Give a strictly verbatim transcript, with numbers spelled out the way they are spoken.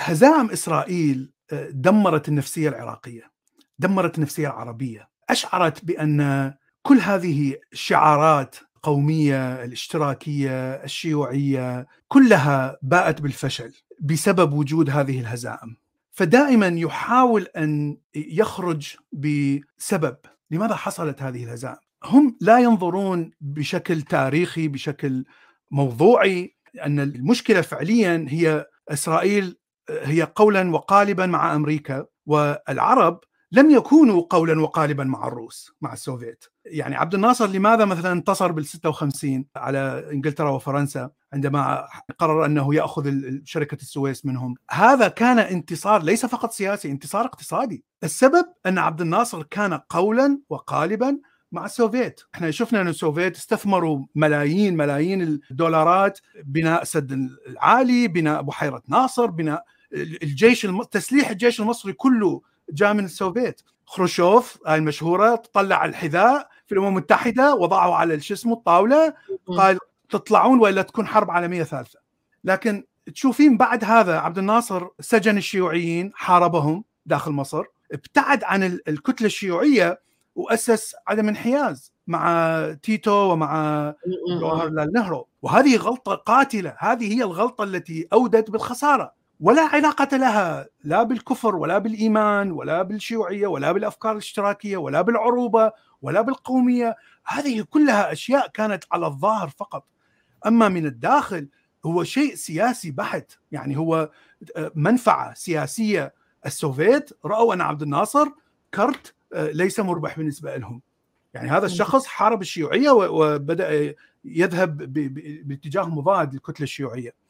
هزائم إسرائيل دمرت النفسية العراقية، دمرت النفسية العربية، أشعرت بأن كل هذه الشعارات القومية، الاشتراكية، الشيوعية، كلها باءت بالفشل بسبب وجود هذه الهزائم. فدائما يحاول أن يخرج بسبب لماذا حصلت هذه الهزائم. هم لا ينظرون بشكل تاريخي، بشكل موضوعي، أن المشكلة فعليا هي إسرائيل هي قولا وقالبا مع أمريكا، والعرب لم يكونوا قولا وقالبا مع الروس، مع السوفيت. يعني عبد الناصر لماذا مثلا انتصر بالستة وخمسين على إنجلترا وفرنسا عندما قرر أنه يأخذ شركة السويس منهم؟ هذا كان انتصار ليس فقط سياسي، انتصار اقتصادي. السبب أن عبد الناصر كان قولا وقالبا مع السوفيت. احنا شفنا أن السوفيت استثمروا ملايين ملايين الدولارات، بناء سد العالي، بناء بحيرة ناصر، بناء الجيش الم... تسليح الجيش المصري كله جاء من السوفيت. خروشوف هاي المشهورة طلع الحذاء في الأمم المتحدة وضعه على شو اسمه الطاولة، قال تطلعون وإلا تكون حرب عالمية ثالثة. لكن تشوفين بعد هذا عبد الناصر سجن الشيوعيين، حاربهم داخل مصر، ابتعد عن الكتلة الشيوعية وأسس عدم انحياز مع تيتو ومع جواهرلال نهرو. وهذه غلطة قاتلة، هذه هي الغلطة التي أودت بالخسارة، ولا علاقة لها لا بالكفر ولا بالإيمان ولا بالشيوعية ولا بالأفكار الاشتراكية ولا بالعروبة ولا بالقومية. هذه كلها أشياء كانت على الظاهر فقط، أما من الداخل هو شيء سياسي بحت. يعني هو منفعة سياسية. السوفيت رأوا أن عبد الناصر كرت ليس مربح بالنسبة لهم. يعني هذا الشخص حارب الشيوعية وبدأ يذهب باتجاه مضاد للكتلة الشيوعية.